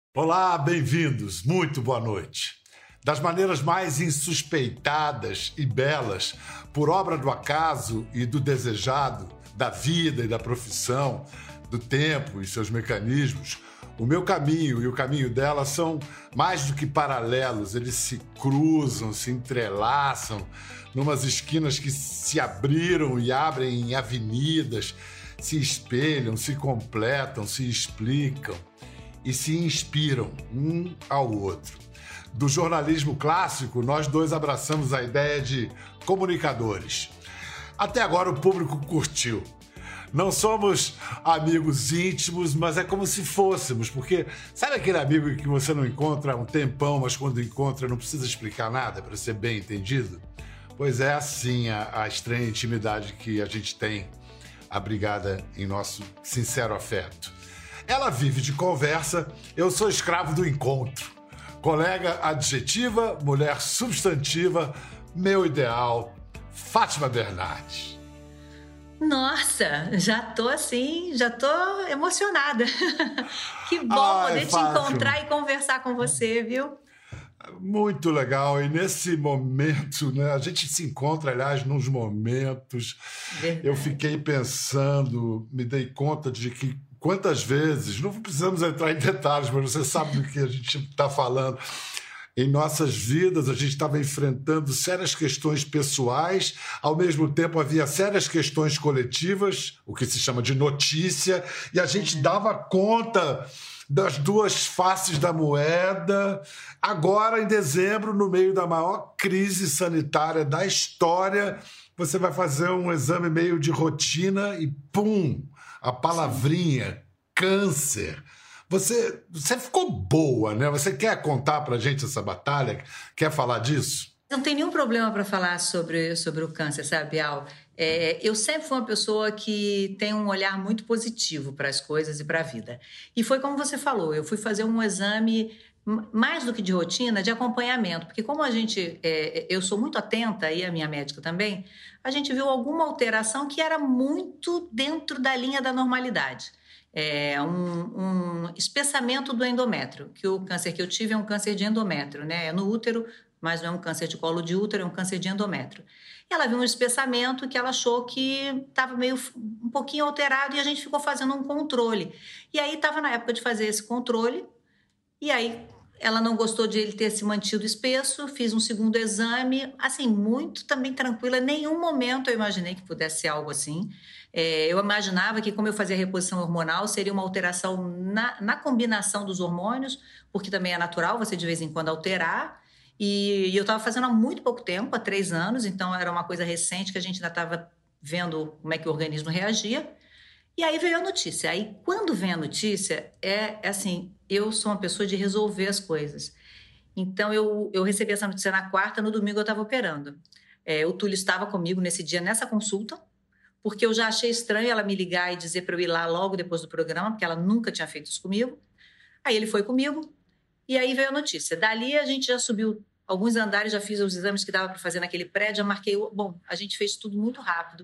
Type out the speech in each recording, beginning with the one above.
Olá, bem-vindos, muito boa noite. Das maneiras mais insuspeitadas e belas, por obra do acaso e do desejado, da vida e da profissão, do tempo e seus mecanismos, o meu caminho e o caminho dela são mais do que paralelos, eles se cruzam, se entrelaçam, numas esquinas que se abriram e abrem em avenidas, se espelham, se completam, se explicam e se inspiram um ao outro. Do jornalismo clássico, nós dois abraçamos a ideia de comunicadores. Até agora o público curtiu. Não somos amigos íntimos, mas é como se fôssemos, porque sabe aquele amigo que você não encontra há um tempão, mas quando encontra não precisa explicar nada para ser bem entendido? Pois é assim a estranha intimidade que a gente tem, abrigada em nosso sincero afeto. Ela vive de conversa, eu sou escravo do encontro. Colega adjetiva, mulher substantiva, meu ideal, Fátima Bernardes. Nossa, já tô emocionada. Que bom poder te encontrar e conversar com você, viu? Muito legal. E nesse momento, né, a gente se encontra, aliás, nos momentos. Verdade. Eu fiquei pensando, me dei conta de que quantas vezes, não precisamos entrar em detalhes, mas você sabe do que a gente está falando. Em nossas vidas, a gente estava enfrentando sérias questões pessoais, ao mesmo tempo havia sérias questões coletivas, o que se chama de notícia, e a gente dava conta das duas faces da moeda. Agora, em dezembro, no meio da maior crise sanitária da história, você vai fazer um exame meio de rotina e pum, a palavrinha, câncer. Você ficou boa, né? Você quer contar pra gente essa batalha? Quer falar disso? Não tem nenhum problema para falar sobre o câncer, sabe, Bial? Eu sempre fui uma pessoa que tem um olhar muito positivo para as coisas e para a vida. E foi como você falou, eu fui fazer um exame mais do que de rotina, de acompanhamento. Porque como eu sou muito atenta, e a minha médica também, a gente viu alguma alteração que era muito dentro da linha da normalidade. Um espessamento do endométrio, que o câncer que eu tive é um câncer de endométrio, né? É no útero, mas não é um câncer de colo de útero, é um câncer de endométrio. E ela viu um espessamento que ela achou que estava um pouquinho alterado e a gente ficou fazendo um controle. E aí estava na época de fazer esse controle e aí ela não gostou de ele ter se mantido espesso, fiz um segundo exame, assim, muito também tranquila. Em nenhum momento eu imaginei que pudesse ser algo assim. Eu imaginava que, como eu fazia reposição hormonal, seria uma alteração na combinação dos hormônios, porque também é natural você de vez em quando alterar. E eu estava fazendo há muito pouco tempo, há 3 anos, então era uma coisa recente que a gente ainda estava vendo como é que o organismo reagia. E aí veio a notícia. Aí, quando vem a notícia, assim, eu sou uma pessoa de resolver as coisas. Então, eu recebi essa notícia na quarta, no domingo eu estava operando. O Túlio estava comigo nesse dia, nessa consulta, porque eu já achei estranho ela me ligar e dizer para eu ir lá logo depois do programa, porque ela nunca tinha feito isso comigo. Aí ele foi comigo, e aí veio a notícia. Dali a gente já subiu alguns andares, já fiz os exames que dava para fazer naquele prédio, já marquei... Bom, a gente fez tudo muito rápido.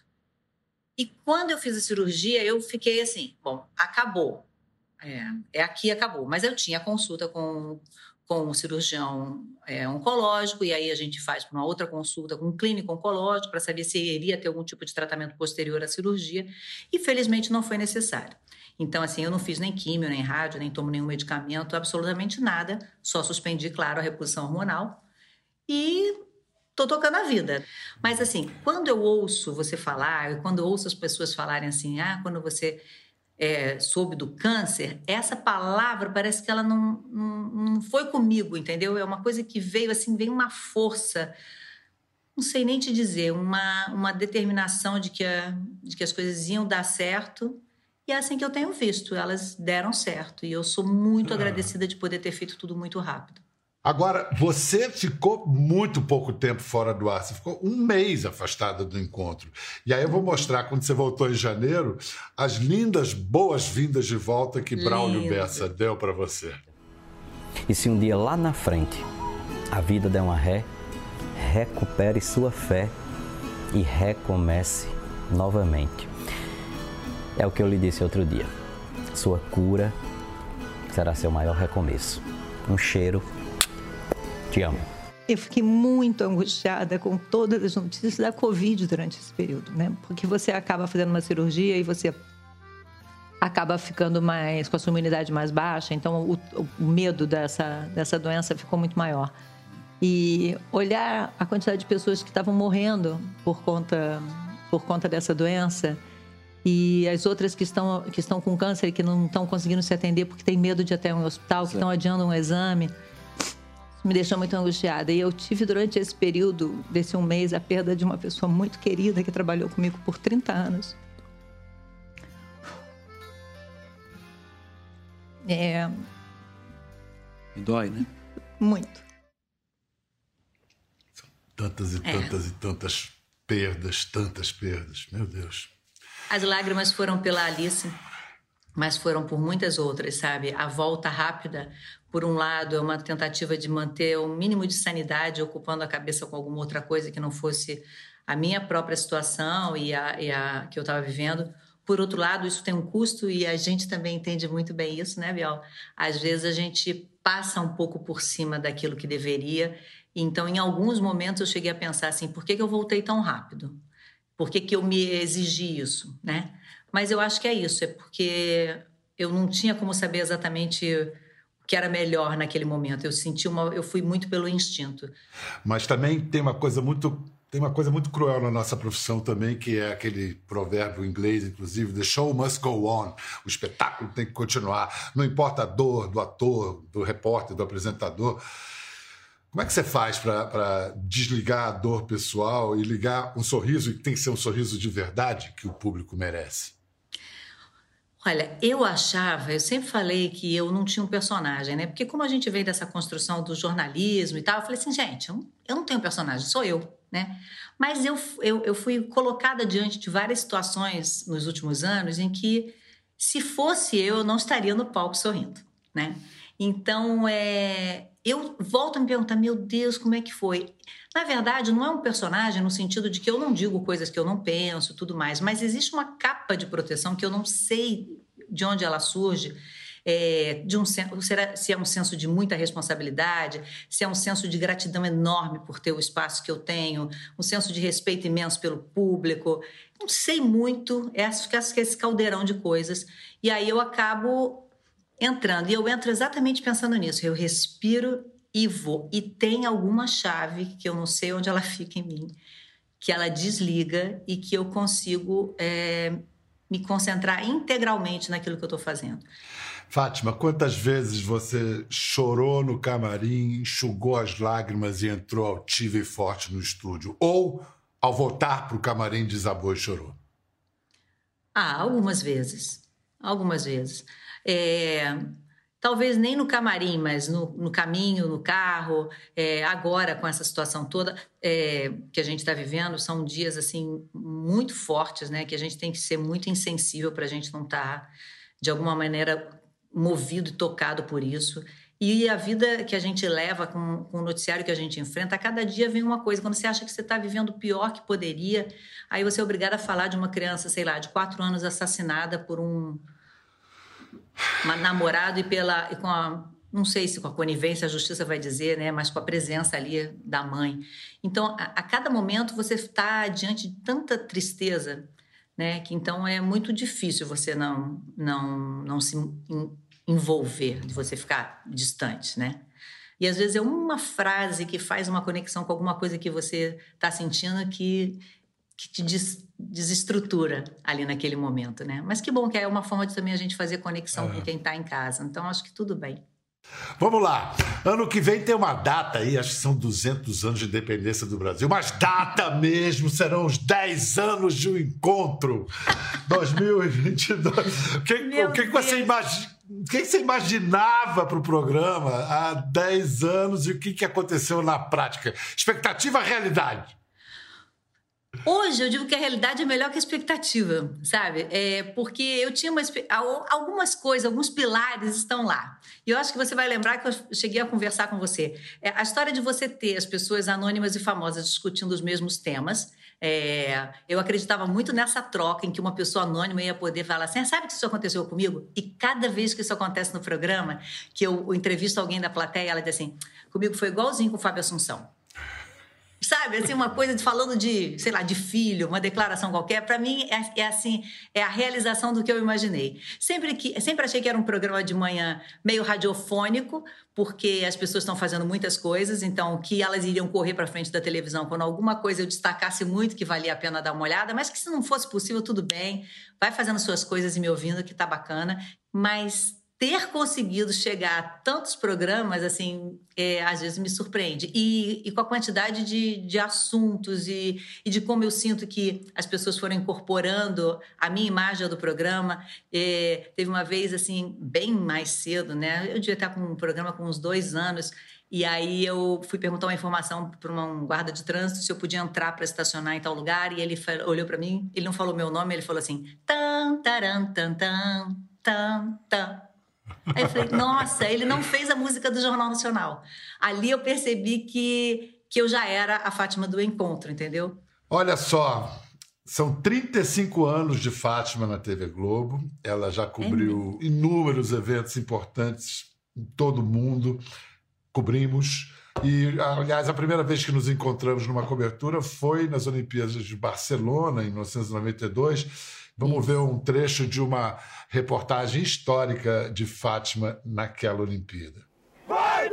E quando eu fiz a cirurgia, eu fiquei assim, bom, acabou. Aqui acabou. Mas eu tinha consulta com um cirurgião oncológico, e aí a gente faz uma outra consulta com um clínico oncológico para saber se iria ter algum tipo de tratamento posterior à cirurgia, e felizmente não foi necessário. Então, assim, eu não fiz nem químio, nem rádio, nem tomo nenhum medicamento, absolutamente nada, só suspendi, claro, a reposição hormonal e tô tocando a vida. Mas, assim, quando eu ouço você falar, quando eu ouço as pessoas falarem assim, quando você soube do câncer, essa palavra parece que ela não foi comigo, entendeu? É uma coisa que veio assim, veio uma força, não sei nem te dizer, uma determinação de que as coisas iam dar certo, e é assim que eu tenho visto, elas deram certo, e eu sou muito agradecida de poder ter feito tudo muito rápido. Agora, você ficou muito pouco tempo fora do ar. Você ficou 1 mês afastada do encontro. E aí eu vou mostrar, quando você voltou em janeiro, as lindas boas-vindas de volta que Braulio Bessa deu para você. E se um dia lá na frente a vida der uma ré, recupere sua fé e recomece novamente. É o que eu lhe disse outro dia. Sua cura, será seu maior recomeço. Um cheiro. Te amo. Eu fiquei muito angustiada com todas as notícias da Covid durante esse período, né? Porque você acaba fazendo uma cirurgia e você acaba ficando mais com a sua imunidade mais baixa, então o medo dessa doença ficou muito maior. E olhar a quantidade de pessoas que estavam morrendo por conta dessa doença e as outras que estão com câncer e que não estão conseguindo se atender porque tem medo de ir até um hospital, que estão adiando um exame, me deixou muito angustiada. E eu tive, durante esse período, desse um mês, a perda de uma pessoa muito querida que trabalhou comigo por 30 anos. Dói, né? Muito. Tantas e tantas e tantas perdas, meu Deus. As lágrimas foram pela Alice, mas foram por muitas outras, sabe? A volta rápida, por um lado, é uma tentativa de manter o mínimo de sanidade, ocupando a cabeça com alguma outra coisa que não fosse a minha própria situação e a que eu estava vivendo. Por outro lado, isso tem um custo e a gente também entende muito bem isso, né, Biel? Às vezes a gente passa um pouco por cima daquilo que deveria. Então, em alguns momentos eu cheguei a pensar assim, por que eu voltei tão rápido? Por que eu me exigi isso, né? Mas eu acho que é isso, é porque eu não tinha como saber exatamente o que era melhor naquele momento. Eu fui muito pelo instinto. Mas também tem uma coisa muito cruel na nossa profissão também, que é aquele provérbio inglês, inclusive, the show must go on. O espetáculo tem que continuar. Não importa a dor do ator, do repórter, do apresentador. Como é que você faz para desligar a dor pessoal e ligar um sorriso, e que tem que ser um sorriso de verdade, que o público merece? Olha, eu sempre falei que eu não tinha um personagem, né? Porque como a gente veio dessa construção do jornalismo e tal, eu falei assim, gente, eu não tenho personagem, sou eu, né? Mas eu fui colocada diante de várias situações nos últimos anos em que, se fosse eu não estaria no palco sorrindo, né? Então, eu volto a me perguntar, meu Deus, como é que foi? Na verdade, não é um personagem no sentido de que eu não digo coisas que eu não penso e tudo mais, mas existe uma capa de proteção que eu não sei de onde ela surge, se é um senso de muita responsabilidade, se é um senso de gratidão enorme por ter o espaço que eu tenho, um senso de respeito imenso pelo público. Não sei muito, acho que é esse caldeirão de coisas. E aí eu acabo entrando, e eu entro exatamente pensando nisso, eu respiro e vou, e tem alguma chave que eu não sei onde ela fica em mim, que ela desliga e que eu consigo me concentrar integralmente naquilo que eu estou fazendo. Fátima, quantas vezes você chorou no camarim, enxugou as lágrimas e entrou altiva e forte no estúdio? Ou, ao voltar para o camarim, desabou e chorou? Algumas vezes. Talvez nem no camarim, mas no caminho, no carro. Agora, com essa situação toda que a gente está vivendo, são dias assim muito fortes, né? Que a gente tem que ser muito insensível para a gente não estar, de alguma maneira, movido e tocado por isso. E a vida que a gente leva com o noticiário que a gente enfrenta, a cada dia vem uma coisa. Quando você acha que você está vivendo o pior que poderia, aí você é obrigado a falar de uma criança, sei lá, de 4 anos assassinada por um namorado não sei se com a conivência a justiça vai dizer, né, mas com a presença ali da mãe. Então, a cada momento você está diante de tanta tristeza, né, que então é muito difícil você não se envolver, de você ficar distante, né? E às vezes é uma frase que faz uma conexão com alguma coisa que você está sentindo que te desestrutura ali naquele momento, né? Mas que bom que é uma forma de também a gente fazer conexão com quem está em casa. Então, acho que tudo bem. Vamos lá. Ano que vem tem uma data aí, acho que são 200 anos de independência do Brasil. Mas data mesmo, serão os 10 anos de um encontro. 2022. O que você imaginava para o programa há 10 anos e o que aconteceu na prática? Expectativa, realidade. Hoje eu digo que a realidade é melhor que a expectativa, sabe? Porque eu tinha algumas coisas, alguns pilares estão lá. E eu acho que você vai lembrar que eu cheguei a conversar com você. A história de você ter as pessoas anônimas e famosas discutindo os mesmos temas, Eu acreditava muito nessa troca em que uma pessoa anônima ia poder falar assim, sabe que isso aconteceu comigo? E cada vez que isso acontece no programa, que eu entrevisto alguém da plateia, ela diz assim, comigo foi igualzinho com o Fábio Assunção. Sabe, assim, uma coisa falando de, sei lá, de filho, uma declaração qualquer, para mim é a realização do que eu imaginei. Sempre achei que era um programa de manhã meio radiofônico, porque as pessoas estão fazendo muitas coisas, então que elas iriam correr para frente da televisão quando alguma coisa eu destacasse muito que valia a pena dar uma olhada, mas que se não fosse possível, tudo bem, vai fazendo suas coisas e me ouvindo, que tá bacana, mas ter conseguido chegar a tantos programas, assim, às vezes me surpreende. E com a quantidade de assuntos e de como eu sinto que as pessoas foram incorporando a minha imagem do programa. Teve uma vez, assim, bem mais cedo, né? Eu devia estar com um programa com uns 2 anos, e aí eu fui perguntar uma informação para um guarda de trânsito se eu podia entrar para estacionar em tal lugar, e ele olhou para mim, ele não falou meu nome, ele falou assim, tan, taran, tan, tan, tan, tan. Aí eu falei, nossa, ele não fez a música do Jornal Nacional. Ali eu percebi que eu já era a Fátima do Encontro, entendeu? Olha só, são 35 anos de Fátima na TV Globo. Ela já cobriu inúmeros eventos importantes em todo o mundo. Cobrimos. E, aliás, a primeira vez que nos encontramos numa cobertura foi nas Olimpíadas de Barcelona, em 1992. Vamos ver um trecho de uma reportagem histórica de Fátima naquela Olimpíada. Vai,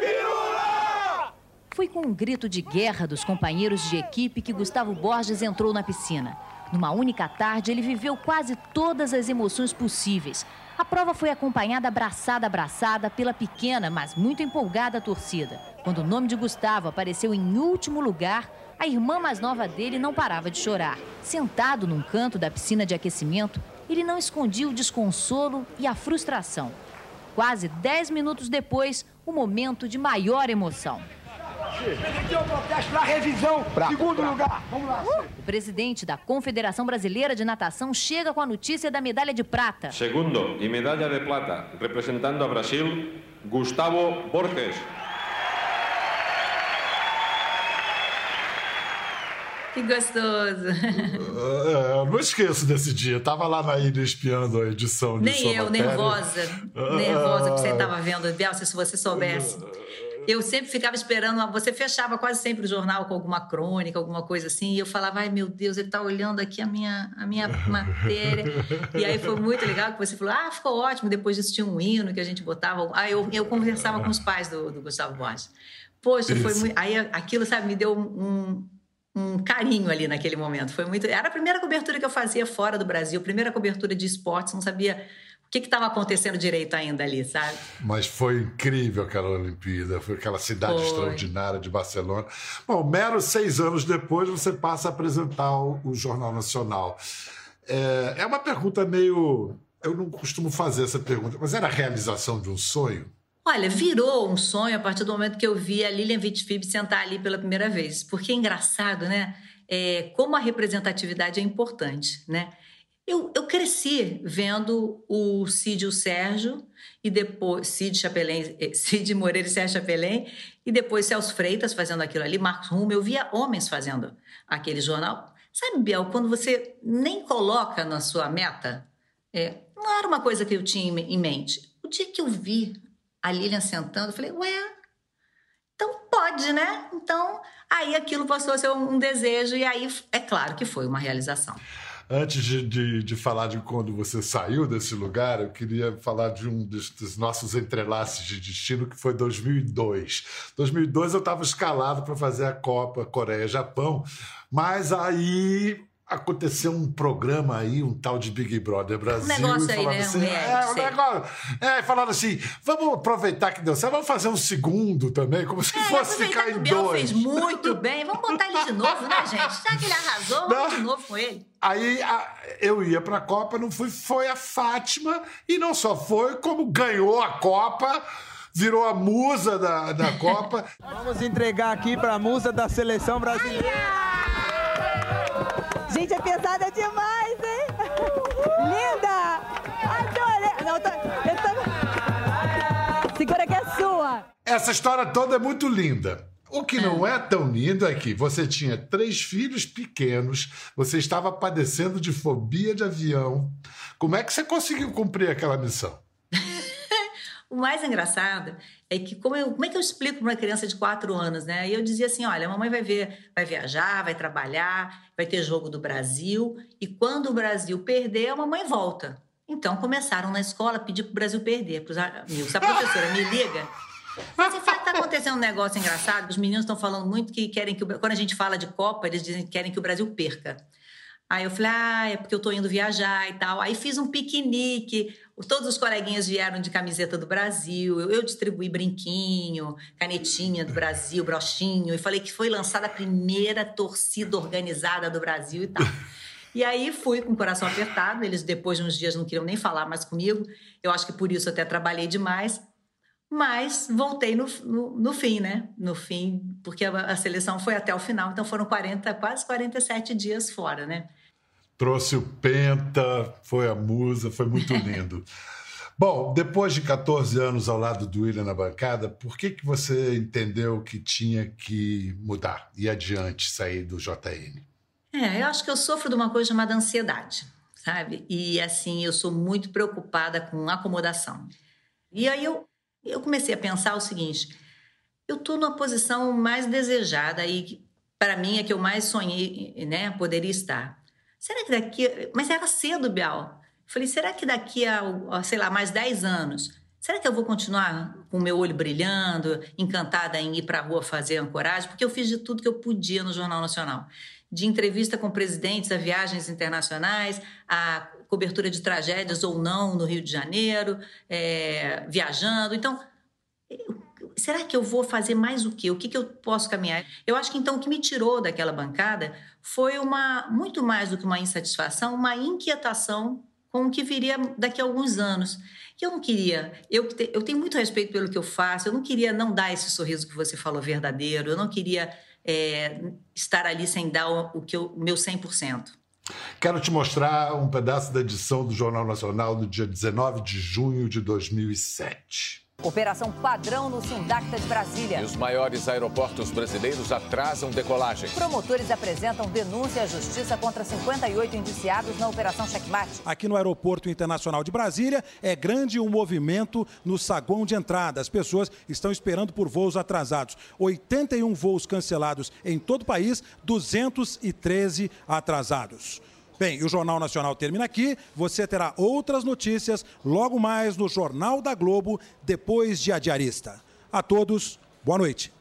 Pirula! Foi com um grito de guerra dos companheiros de equipe que Gustavo Borges entrou na piscina. Numa única tarde, ele viveu quase todas as emoções possíveis. A prova foi acompanhada braçada a braçada pela pequena, mas muito empolgada torcida. Quando o nome de Gustavo apareceu em último lugar, a irmã mais nova dele não parava de chorar. Sentado num canto da piscina de aquecimento, ele não escondia o desconsolo e a frustração. Quase 10 minutos depois, o momento de maior emoção. Aqui é o protesto para revisão, segundo lugar. Vamos lá. O presidente da Confederação Brasileira de Natação chega com a notícia da medalha de prata. Segundo e medalha de plata, representando a Brasil, Gustavo Borges. Que gostoso. Eu não esqueço desse dia. Eu tava lá na ilha espiando a edição de Nem eu, nervosa que você estava vendo. Bielsa, se você soubesse. Eu sempre ficava esperando, você fechava quase sempre o jornal com alguma crônica, alguma coisa assim, e eu falava, ai meu Deus, ele tá olhando aqui a minha matéria. E aí foi muito legal que você falou, ficou ótimo, depois disso tinha um hino que a gente botava. Eu conversava com os pais do Gustavo Borges. Poxa, foi muito. Aí aquilo, sabe, me deu um carinho ali naquele momento. Foi muito. Era a primeira cobertura que eu fazia fora do Brasil, primeira cobertura de esportes, não sabia o que estava acontecendo direito ainda ali, sabe? Mas foi incrível aquela Olimpíada, foi aquela cidade extraordinária de Barcelona. Bom, meros 6 anos depois você passa a apresentar o Jornal Nacional. É uma pergunta meio... Eu não costumo fazer essa pergunta, mas era a realização de um sonho? Olha, virou um sonho a partir do momento que eu vi a Lilian Vitfib sentar ali pela primeira vez. Porque é engraçado, né? Como a representatividade é importante, né? Eu cresci vendo o Cid e o Sérgio, e depois Cid Moreira e Sérgio Chapelin, e depois Celso Freitas fazendo aquilo ali, Marcos Rumo. Eu via homens fazendo aquele jornal. Sabe, Biel, quando você nem coloca na sua meta, não era uma coisa que eu tinha em mente. O dia que eu vi a Lilian sentando, eu falei, então pode, né? Então, aí aquilo passou a ser um desejo, e aí é claro que foi uma realização. Antes de falar de quando você saiu desse lugar, eu queria falar de um dos nossos entrelaces de destino, que foi 2002. 2002 eu estava escalado para fazer a Copa Coreia-Japão, mas aí aconteceu um programa aí, um tal de Big Brother Brasil. Um negócio aí, né? Assim, falaram assim, vamos aproveitar que deu certo, vamos fazer um segundo também, como se fosse ficar em 2. O Biel fez muito bem, vamos botar ele de novo, né, gente? Já que ele arrasou, vamos de novo com ele. Aí eu ia pra Copa, não fui, foi a Fátima, e não só foi, como ganhou a Copa, virou a musa da Copa. Vamos entregar aqui pra musa da seleção brasileira. Gente, é pesada demais, hein? Linda! Adorei! Não, Segura que é sua! Essa história toda é muito linda. O que não é tão lindo é que você tinha 3 filhos pequenos, você estava padecendo de fobia de avião. Como é que você conseguiu cumprir aquela missão? O mais engraçado é que como é que eu explico para uma criança de 4 anos, né? E eu dizia assim, olha, a mamãe vai viajar, vai trabalhar, vai ter jogo do Brasil, e quando o Brasil perder, a mamãe volta. Então começaram na escola a pedir para o Brasil perder, para os amigos. A professora me liga, mas está acontecendo um negócio engraçado, os meninos estão falando muito que querem que, quando a gente fala de Copa, eles dizem que querem que o Brasil perca. Aí eu falei, é porque eu estou indo viajar e tal. Aí fiz um piquenique, todos os coleguinhas vieram de camiseta do Brasil, eu distribuí brinquinho, canetinha do Brasil, brochinho, e falei que foi lançada a primeira torcida organizada do Brasil e tal. E aí fui com o coração apertado, eles depois de uns dias não queriam nem falar mais comigo, eu acho que por isso até trabalhei demais, mas voltei no fim, né? No fim, porque a seleção foi até o final, então foram quase 47 dias fora, né? Trouxe o Penta, foi a musa, foi muito lindo. Bom, depois de 14 anos ao lado do William na bancada, por que você entendeu que tinha que mudar e adiante, sair do JN? Eu acho que eu sofro de uma coisa chamada ansiedade, sabe? E, assim, eu sou muito preocupada com acomodação. E aí eu comecei a pensar o seguinte, eu estou numa posição mais desejada e, para mim, é que eu mais sonhei, né, poderia estar. Será que daqui... Mas era cedo, Bial. Falei, será que daqui a, sei lá, mais 10 anos, será que eu vou continuar com o meu olho brilhando, encantada em ir para a rua fazer ancoragem? Porque eu fiz de tudo que eu podia no Jornal Nacional. De entrevista com presidentes a viagens internacionais, a cobertura de tragédias ou não no Rio de Janeiro, viajando. Então, será que eu vou fazer mais o quê? O que eu posso caminhar? Eu acho que, então, o que me tirou daquela bancada foi muito mais do que uma insatisfação, uma inquietação com o que viria daqui a alguns anos. Que eu não queria... Eu tenho muito respeito pelo que eu faço, eu não queria não dar esse sorriso que você falou verdadeiro, eu não queria estar ali sem dar o meu 100%. Quero te mostrar um pedaço da edição do Jornal Nacional no dia 19 de junho de 2007. Operação padrão no Sindacta de Brasília. E os maiores aeroportos brasileiros atrasam decolagens. Promotores apresentam denúncia à justiça contra 58 indiciados na Operação Checkmate. Aqui no Aeroporto Internacional de Brasília, é grande o movimento no saguão de entrada. As pessoas estão esperando por voos atrasados. 81 voos cancelados em todo o país, 213 atrasados. Bem, e o Jornal Nacional termina aqui. Você terá outras notícias logo mais no Jornal da Globo, depois de A Diarista. A todos, boa noite.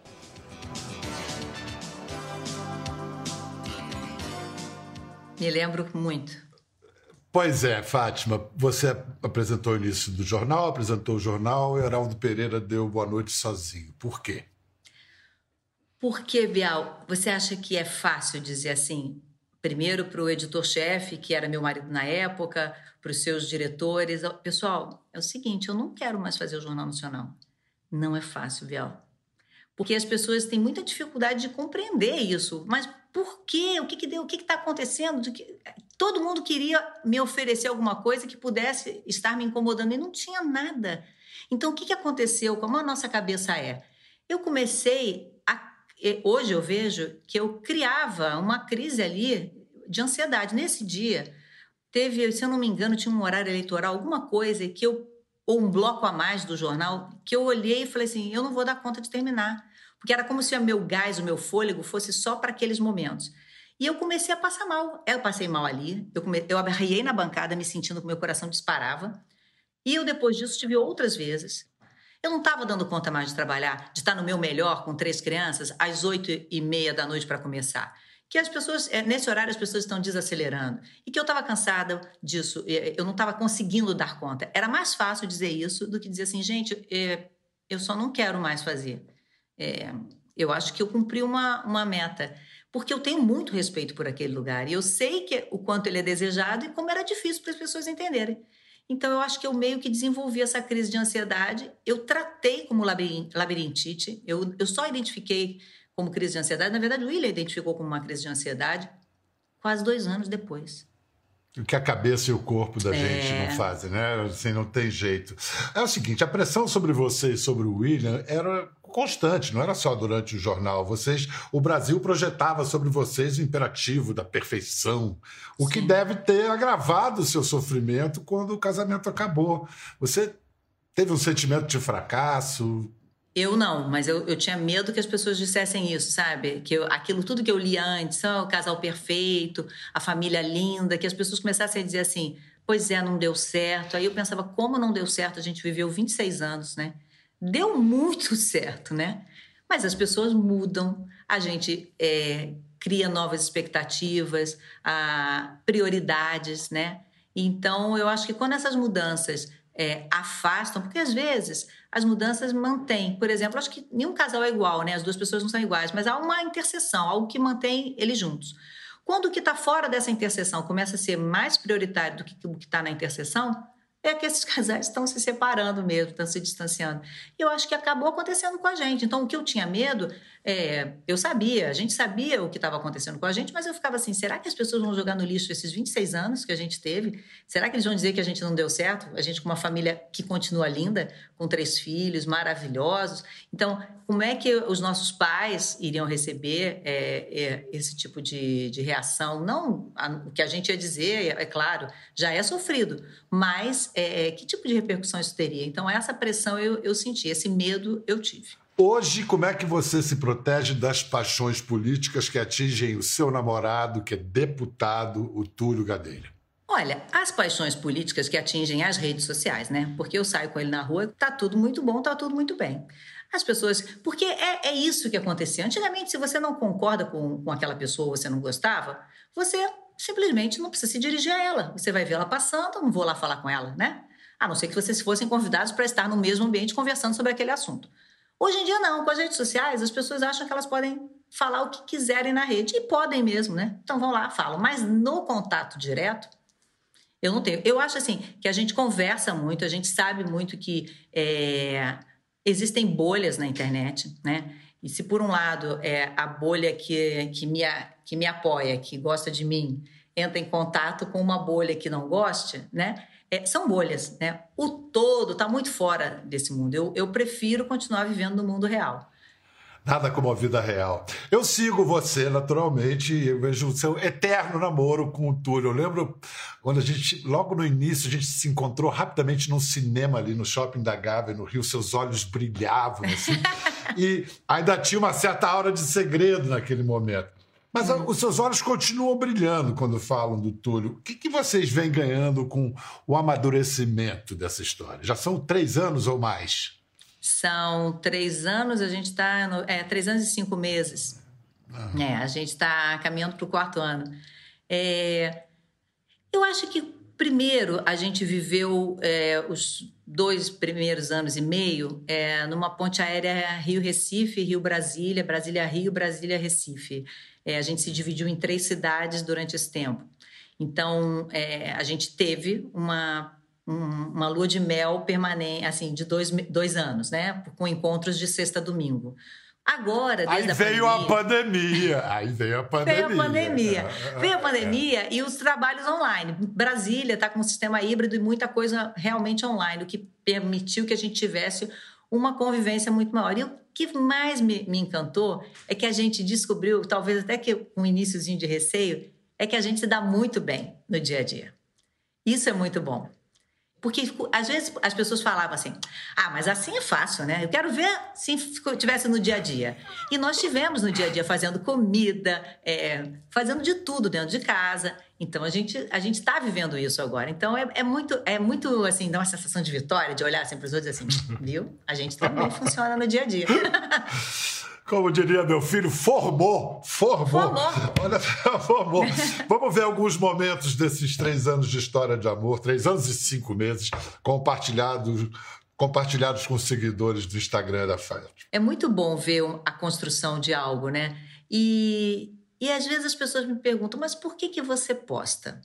Me lembro muito. Pois é, Fátima, você apresentou o início do jornal, apresentou o jornal e Heraldo Pereira deu boa noite sozinho. Por quê? Por que, Bial? Você acha que é fácil dizer assim? Primeiro para o editor-chefe, que era meu marido na época, para os seus diretores. Pessoal, é o seguinte, eu não quero mais fazer o Jornal Nacional. Não é fácil, Bial. Porque as pessoas têm muita dificuldade de compreender isso. Mas por quê? O que deu? O que está acontecendo? Todo mundo queria me oferecer alguma coisa que pudesse estar me incomodando e não tinha nada. Então, o que aconteceu? Como a nossa cabeça é? Eu comecei hoje eu vejo que eu criava uma crise ali de ansiedade. Nesse dia, teve, se eu não me engano, tinha um horário eleitoral, alguma coisa, ou um bloco a mais do jornal, que eu olhei e falei assim, eu não vou dar conta de terminar. Porque era como se o meu gás, o meu fôlego fosse só para aqueles momentos. E eu comecei a passar mal. Eu passei mal ali, eu arriei na bancada me sentindo que meu coração disparava. E eu, depois disso, tive outras vezes. Eu não estava dando conta mais de trabalhar, de estar no meu melhor com 3 crianças, às 8h30 da noite para começar. Que as pessoas, nesse horário, as pessoas estão desacelerando. E que eu estava cansada disso, eu não estava conseguindo dar conta. Era mais fácil dizer isso do que dizer assim, gente, eu só não quero mais fazer. Eu acho que eu cumpri uma meta. Porque eu tenho muito respeito por aquele lugar. E eu sei o quanto ele é desejado e como era difícil para as pessoas entenderem. Então, eu acho que eu meio que desenvolvi essa crise de ansiedade. Eu tratei como labirintite. Eu só identifiquei como crise de ansiedade. Na verdade, o William identificou como uma crise de ansiedade quase 2 anos depois. O que a cabeça e o corpo da gente não fazem, né? Assim, não tem jeito. É o seguinte, a pressão sobre você e sobre o William era constante, não era só durante o jornal. O Brasil projetava sobre vocês o imperativo da perfeição, o que deve ter agravado o seu sofrimento quando o casamento acabou. Você teve um sentimento de fracasso? Eu não, mas eu tinha medo que as pessoas dissessem isso, sabe? Aquilo tudo que eu li antes, o casal perfeito, a família linda, que as pessoas começassem a dizer assim, pois é, não deu certo. Aí eu pensava, como não deu certo? A gente viveu 26 anos, né? Deu muito certo, né? Mas as pessoas mudam, a gente cria novas expectativas, prioridades, né? Então, eu acho que quando essas mudanças afastam, porque às vezes as mudanças mantêm. Por exemplo, acho que nenhum casal é igual, né? As duas pessoas não são iguais, mas há uma interseção, algo que mantém eles juntos. Quando o que está fora dessa interseção começa a ser mais prioritário do que o que está na interseção, é que esses casais estão se separando mesmo, estão se distanciando. E eu acho que acabou acontecendo com a gente. Então, o que eu tinha medo, a gente sabia o que estava acontecendo com a gente, mas eu ficava assim, será que as pessoas vão jogar no lixo esses 26 anos que a gente teve? Será que eles vão dizer que a gente não deu certo? A gente com uma família que continua linda, com 3 filhos maravilhosos. Então, como é que os nossos pais iriam receber esse tipo de reação? Não o que a gente ia dizer, é claro, já é sofrido, mas que tipo de repercussão isso teria? Então, essa pressão eu senti, esse medo eu tive. Hoje, como é que você se protege das paixões políticas que atingem o seu namorado, que é deputado, o Túlio Gadelha? Olha, as paixões políticas que atingem as redes sociais, né? Porque eu saio com ele na rua, tá tudo muito bom, tá tudo muito bem. As pessoas... Porque é isso que acontecia. Antigamente, se você não concorda com aquela pessoa ou você não gostava, você simplesmente não precisa se dirigir a ela. Você vai ver ela passando, eu não vou lá falar com ela, né? A não ser que vocês fossem convidados para estar no mesmo ambiente conversando sobre aquele assunto. Hoje em dia, não. Com as redes sociais, as pessoas acham que elas podem falar o que quiserem na rede. E podem mesmo, né? Então, vão lá, falam. Mas no contato direto, eu não tenho. Eu acho, assim, que a gente conversa muito, a gente sabe muito que existem bolhas na internet, né? E se, por um lado, a bolha que me apoia, que gosta de mim, entra em contato com uma bolha que não goste, né? São bolhas, né? O todo está muito fora desse mundo. Eu prefiro continuar vivendo no mundo real. Nada como a vida real. Eu sigo você, naturalmente, e eu vejo o seu eterno namoro com o Túlio. Eu lembro quando logo no início, a gente se encontrou rapidamente num cinema ali no Shopping da Gávea, no Rio, seus olhos brilhavam, assim, e ainda tinha uma certa aura de segredo naquele momento. Mas os seus olhos continuam brilhando quando falam do Túlio. O que vocês vêm ganhando com o amadurecimento dessa história? Já são 3 anos ou mais? São 3 anos, a gente está... 3 anos e 5 meses. A gente está caminhando para o 4º ano. Eu acho que, primeiro, a gente viveu os 2 primeiros anos e meio numa ponte aérea Rio-Recife, Rio-Brasília, Brasília-Rio, Brasília-Recife. A gente se dividiu em 3 cidades durante esse tempo. Então, a gente teve uma lua de mel permanente, assim, de 2 anos, né? Com encontros de sexta a domingo. Agora, desde Veio a pandemia. Veio a pandemia e os trabalhos online. Brasília está com um sistema híbrido e muita coisa realmente online, o que permitiu que a gente tivesse uma convivência muito maior. E o que mais me encantou é que a gente descobriu, talvez até que um iniciozinho de receio, é que a gente se dá muito bem no dia a dia. Isso é muito bom. Porque, às vezes, as pessoas falavam assim, mas assim é fácil, né? Eu quero ver se estivesse no dia a dia. E nós estivemos no dia a dia fazendo comida, fazendo de tudo dentro de casa. Então, a gente está vivendo isso agora. Então, é muito, assim, dá uma sensação de vitória, de olhar assim para os outros e assim, viu? A gente também funciona no dia a dia. Como diria meu filho, formou. Olha, formou. Vamos ver alguns momentos desses 3 anos de história de amor, 3 anos e 5 meses, compartilhados com os seguidores do Instagram da Fátima. É muito bom ver a construção de algo, né? E às vezes as pessoas me perguntam, mas por que você posta?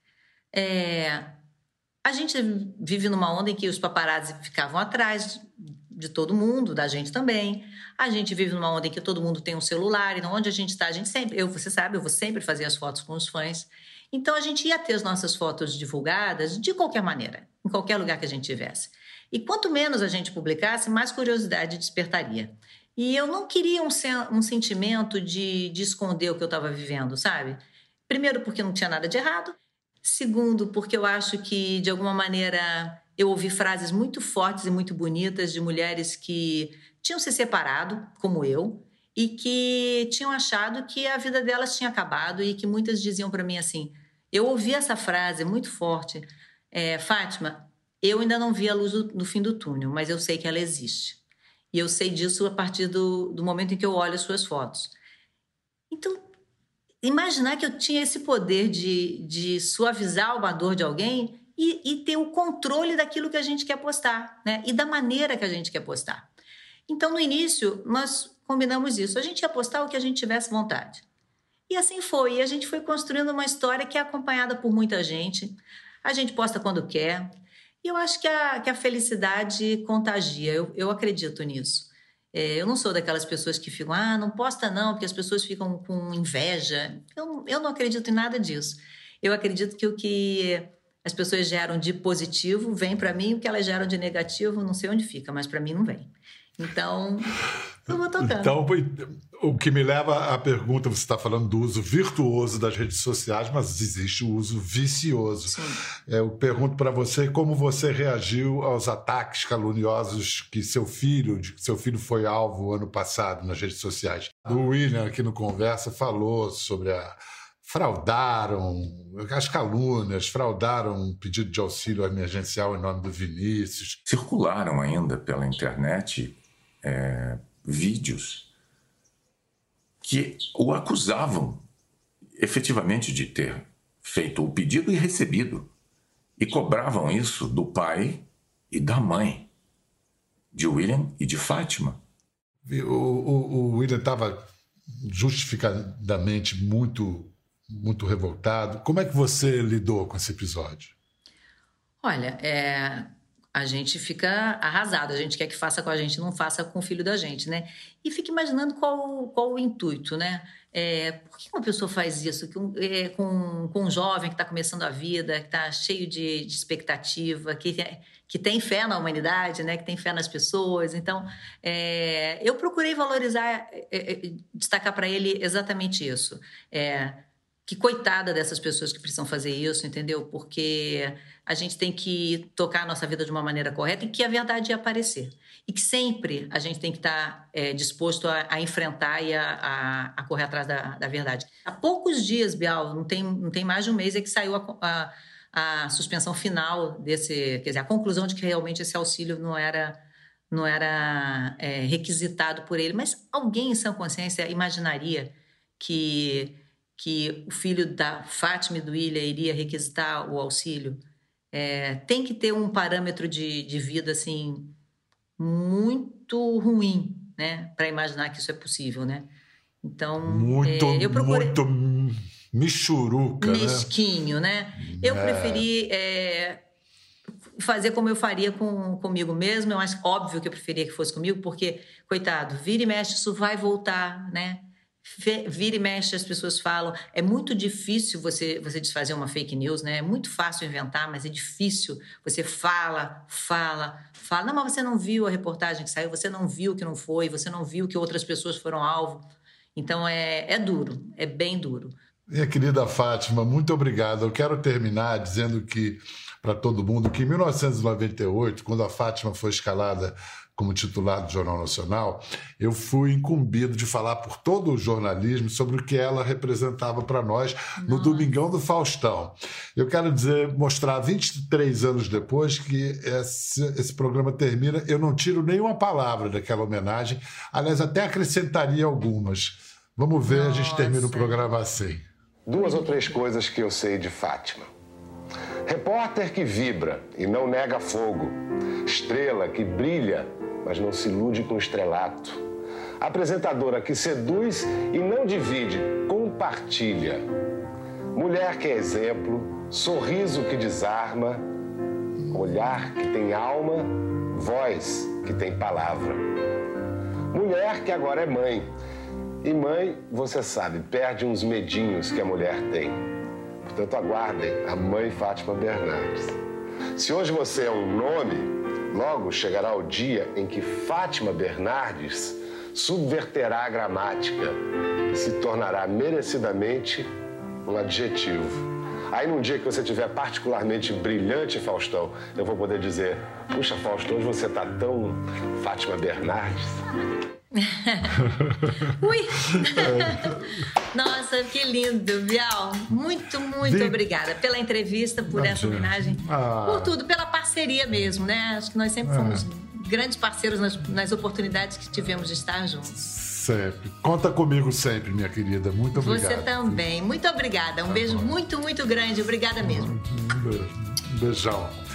A gente vive numa onda em que os paparazzi ficavam atrás de todo mundo, da gente também. A gente vive numa onda em que todo mundo tem um celular, então onde a gente está, você sabe, eu vou sempre fazer as fotos com os fãs. Então, a gente ia ter as nossas fotos divulgadas de qualquer maneira, em qualquer lugar que a gente tivesse. E quanto menos a gente publicasse, mais curiosidade despertaria. E eu não queria um sentimento de esconder o que eu estava vivendo, sabe? Primeiro, porque não tinha nada de errado. Segundo, porque eu acho que, de alguma maneira, eu ouvi frases muito fortes e muito bonitas de mulheres que tinham se separado, como eu, e que tinham achado que a vida delas tinha acabado e que muitas diziam para mim assim... Eu ouvi essa frase muito forte. Fátima, eu ainda não vi a luz no fim do túnel, mas eu sei que ela existe. E eu sei disso a partir do momento em que eu olho as suas fotos. Então, imaginar que eu tinha esse poder de suavizar uma dor de alguém e ter o controle daquilo que a gente quer postar, né? E da maneira que a gente quer postar. Então, no início, nós combinamos isso. A gente ia postar o que a gente tivesse vontade. E assim foi. E a gente foi construindo uma história que é acompanhada por muita gente. A gente posta quando quer. E eu acho que a felicidade contagia. Eu acredito nisso. Eu não sou daquelas pessoas que ficam, não posta não, porque as pessoas ficam com inveja. Eu não acredito em nada disso. Eu acredito que o que as pessoas geram de positivo vem para mim, o que elas geram de negativo, não sei onde fica, mas para mim não vem. Então, eu vou tocando. Então, o que me leva à pergunta, você está falando do uso virtuoso das redes sociais, mas existe o uso vicioso. Sim. Eu pergunto para você como você reagiu aos ataques caluniosos que seu filho foi alvo ano passado nas redes sociais. O William, aqui no Conversa, falou sobre as calúnias, fraudaram um pedido de auxílio emergencial em nome do Vinícius. Circularam ainda pela internet vídeos que o acusavam efetivamente de ter feito o pedido e recebido. E cobravam isso do pai e da mãe, de William e de Fátima. O William estava justificadamente muito revoltado. Como é que você lidou com esse episódio? Olha, a gente fica arrasado. A gente quer que faça com a gente, não faça com o filho da gente, né? E fica imaginando qual o intuito, né? Por que uma pessoa faz isso com um jovem que está começando a vida, que está cheio de expectativa, que tem fé na humanidade, né? Que tem fé nas pessoas. Então, eu procurei valorizar, destacar para ele exatamente isso. Que coitada dessas pessoas que precisam fazer isso, entendeu? Porque a gente tem que tocar a nossa vida de uma maneira correta e que a verdade ia aparecer. E que sempre a gente tem que estar disposto a enfrentar e a correr atrás da verdade. Há poucos dias, Bial, não tem mais de um mês, é que saiu a suspensão final desse... Quer dizer, a conclusão de que realmente esse auxílio não era requisitado por ele. Mas alguém em sã consciência imaginaria que o filho da Fátima e do William iria requisitar o auxílio? Tem que ter um parâmetro de vida assim, muito ruim, né, para imaginar que isso é possível, né? Então, eu procurei... Muito michuruca, mesquinho, né? Eu preferi fazer como eu faria comigo mesmo. Eu acho óbvio que eu preferia que fosse comigo, porque, coitado, vira e mexe, isso vai voltar, né? Vira e mexe, as pessoas falam. É muito difícil você desfazer uma fake news, né? É muito fácil inventar, mas é difícil. Você fala. Não, mas você não viu a reportagem que saiu, você não viu que não foi, você não viu que outras pessoas foram alvo. Então, é duro, é bem duro. Minha querida Fátima, muito obrigado. Eu quero terminar dizendo para todo mundo que em 1998, quando a Fátima foi escalada como titular do Jornal Nacional, eu fui incumbido de falar por todo o jornalismo sobre o que ela representava para nós no Domingão do Faustão. Eu quero mostrar 23 anos depois que esse programa termina, eu não tiro nenhuma palavra daquela homenagem, aliás, até acrescentaria algumas. Vamos ver, a gente termina o programa assim. 2 ou 3 coisas que eu sei de Fátima. Repórter que vibra e não nega fogo. Estrela que brilha, mas não se ilude com estrelato. Apresentadora que seduz e não divide, compartilha. Mulher que é exemplo, sorriso que desarma, olhar que tem alma, voz que tem palavra. Mulher que agora é mãe. E mãe, você sabe, perde uns medinhos que a mulher tem. Portanto, Portanto, aguardem a mãe Fátima Bernardes. Se hoje você é um nome, logo chegará o dia em que Fátima Bernardes subverterá a gramática e se tornará merecidamente um adjetivo. Aí, num dia que você estiver particularmente brilhante, Faustão, eu vou poder dizer: puxa, Faustão, hoje você está tão Fátima Bernardes. Ui! Nossa, que lindo, Bial. Muito obrigada pela entrevista, por essa homenagem, por tudo, pela parceria mesmo, né? Acho que nós sempre fomos grandes parceiros nas oportunidades que tivemos de estar juntos. Sempre. Conta comigo sempre, minha querida. Muito obrigado. Você também. Muito obrigada. Um beijo muito grande. Obrigada mesmo. Um beijão.